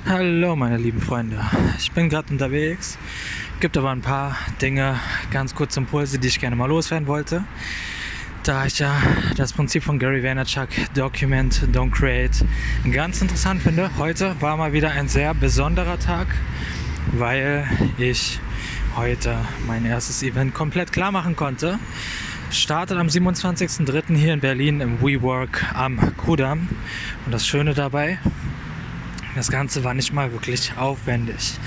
Hallo meine lieben Freunde, ich bin gerade unterwegs, gibt aber ein paar Dinge, ganz kurz Impulse, die ich gerne mal loswerden wollte. Da ich ja das Prinzip von Gary Vaynerchuk, Document, Don't Create, ganz interessant finde. Heute war mal wieder ein sehr besonderer Tag, weil ich heute mein erstes Event komplett klar machen konnte. Startet am 27.03. hier in Berlin im WeWork am Kudamm. Und das Schöne dabei, das Ganze war nicht mal wirklich aufwendig.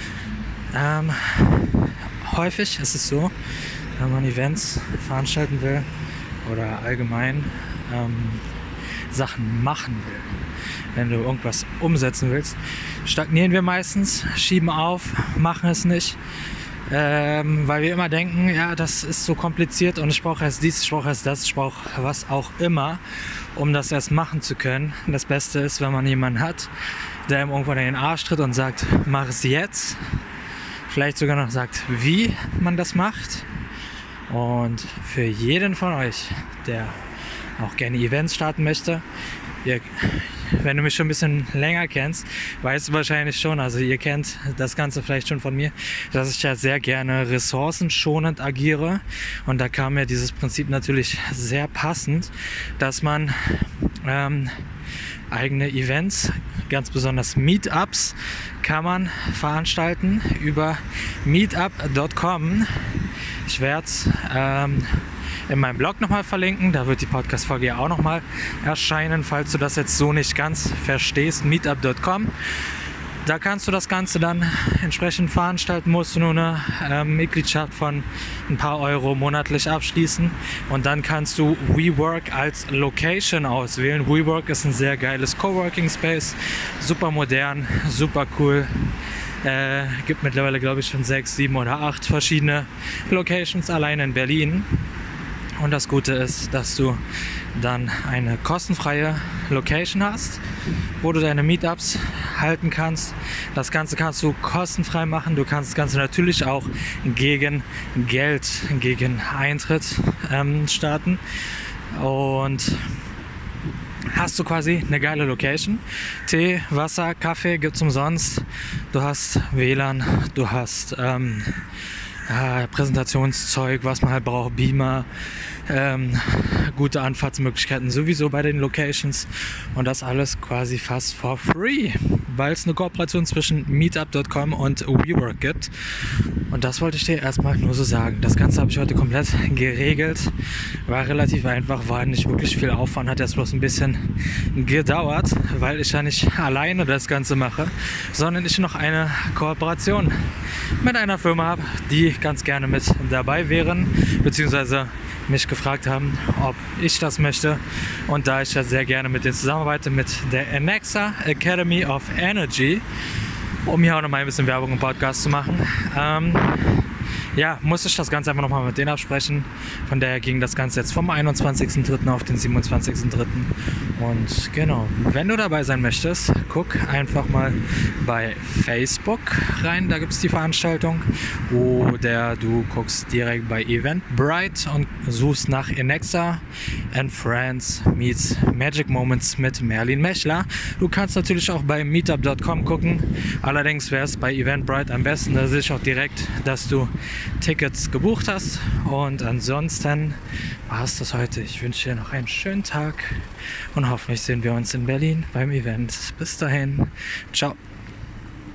Häufig ist es so, wenn man Events veranstalten will oder allgemein Sachen machen will, wenn du irgendwas umsetzen willst, stagnieren wir meistens, schieben auf, machen es nicht, weil wir immer denken, ja, das ist so kompliziert und ich brauche erst dies, ich brauche erst das, ich brauche was auch immer, um das erst machen zu können. Und das Beste ist, wenn man jemanden hat, der ihm irgendwann in den Arsch tritt und sagt, mach es jetzt. Vielleicht sogar noch sagt, wie man das macht. Und für jeden von euch, der auch gerne Events starten möchte, wenn du mich schon ein bisschen länger kennst, weißt du wahrscheinlich schon, also ihr kennt das Ganze vielleicht schon von mir, dass ich ja sehr gerne ressourcenschonend agiere. Und da kam mir dieses Prinzip natürlich sehr passend, dass man eigene Events, ganz besonders Meetups, kann man veranstalten über meetup.com. Ich werde es in meinem Blog nochmal verlinken, da wird die Podcast-Folge ja auch nochmal erscheinen, falls du das jetzt so nicht ganz verstehst, meetup.com. Da kannst du das Ganze dann entsprechend veranstalten, musst du nur eine Mitgliedschaft von ein paar Euro monatlich abschließen und dann kannst du WeWork als Location auswählen. WeWork ist ein sehr geiles Coworking Space, super modern, super cool. Gibt mittlerweile, glaube ich, schon 6, 7 oder 8 verschiedene Locations allein in Berlin. Und das Gute ist, dass du dann eine kostenfreie Location hast, wo du deine Meetups halten kannst. Das Ganze kannst du kostenfrei machen. Du kannst das Ganze natürlich auch gegen Geld, gegen Eintritt starten. Und hast du quasi eine geile Location. Tee, Wasser, Kaffee gibt's umsonst. Du hast WLAN, du hast Präsentationszeug, was man halt braucht, Beamer, gute Anfahrtsmöglichkeiten sowieso bei den Locations und das alles quasi fast for free, weil es eine Kooperation zwischen meetup.com und WeWork gibt. Und das wollte ich dir erstmal nur so sagen. Das Ganze habe ich heute komplett geregelt. War relativ einfach, war nicht wirklich viel Aufwand, hat erst bloß ein bisschen gedauert, weil ich ja nicht alleine das Ganze mache, sondern ich noch eine Kooperation mit einer Firma habe, die ganz gerne mit dabei wären, beziehungsweise mich gefragt haben, ob ich das möchte. Und da ich ja sehr gerne mit denen zusammenarbeite, mit der Enexa Academy of Energy, um hier auch noch mal ein bisschen Werbung im Podcast zu machen, muss ich das Ganze einfach nochmal mit denen absprechen. Von daher ging das Ganze jetzt vom 21.03. auf den 27.03. Und genau, wenn du dabei sein möchtest, guck einfach mal bei Facebook rein, da gibt es die Veranstaltung. Oder du guckst direkt bei Eventbrite und suchst nach Enexa and Friends meets Magic Moments mit Merlin Mechler. Du kannst natürlich auch bei meetup.com gucken. Allerdings wäre es bei Eventbrite am besten, da sehe ich auch direkt, dass du Tickets gebucht hast. Und ansonsten war es das heute. Ich wünsche dir noch einen schönen Tag und hoffentlich sehen wir uns in Berlin beim Event. Bis dahin, ciao.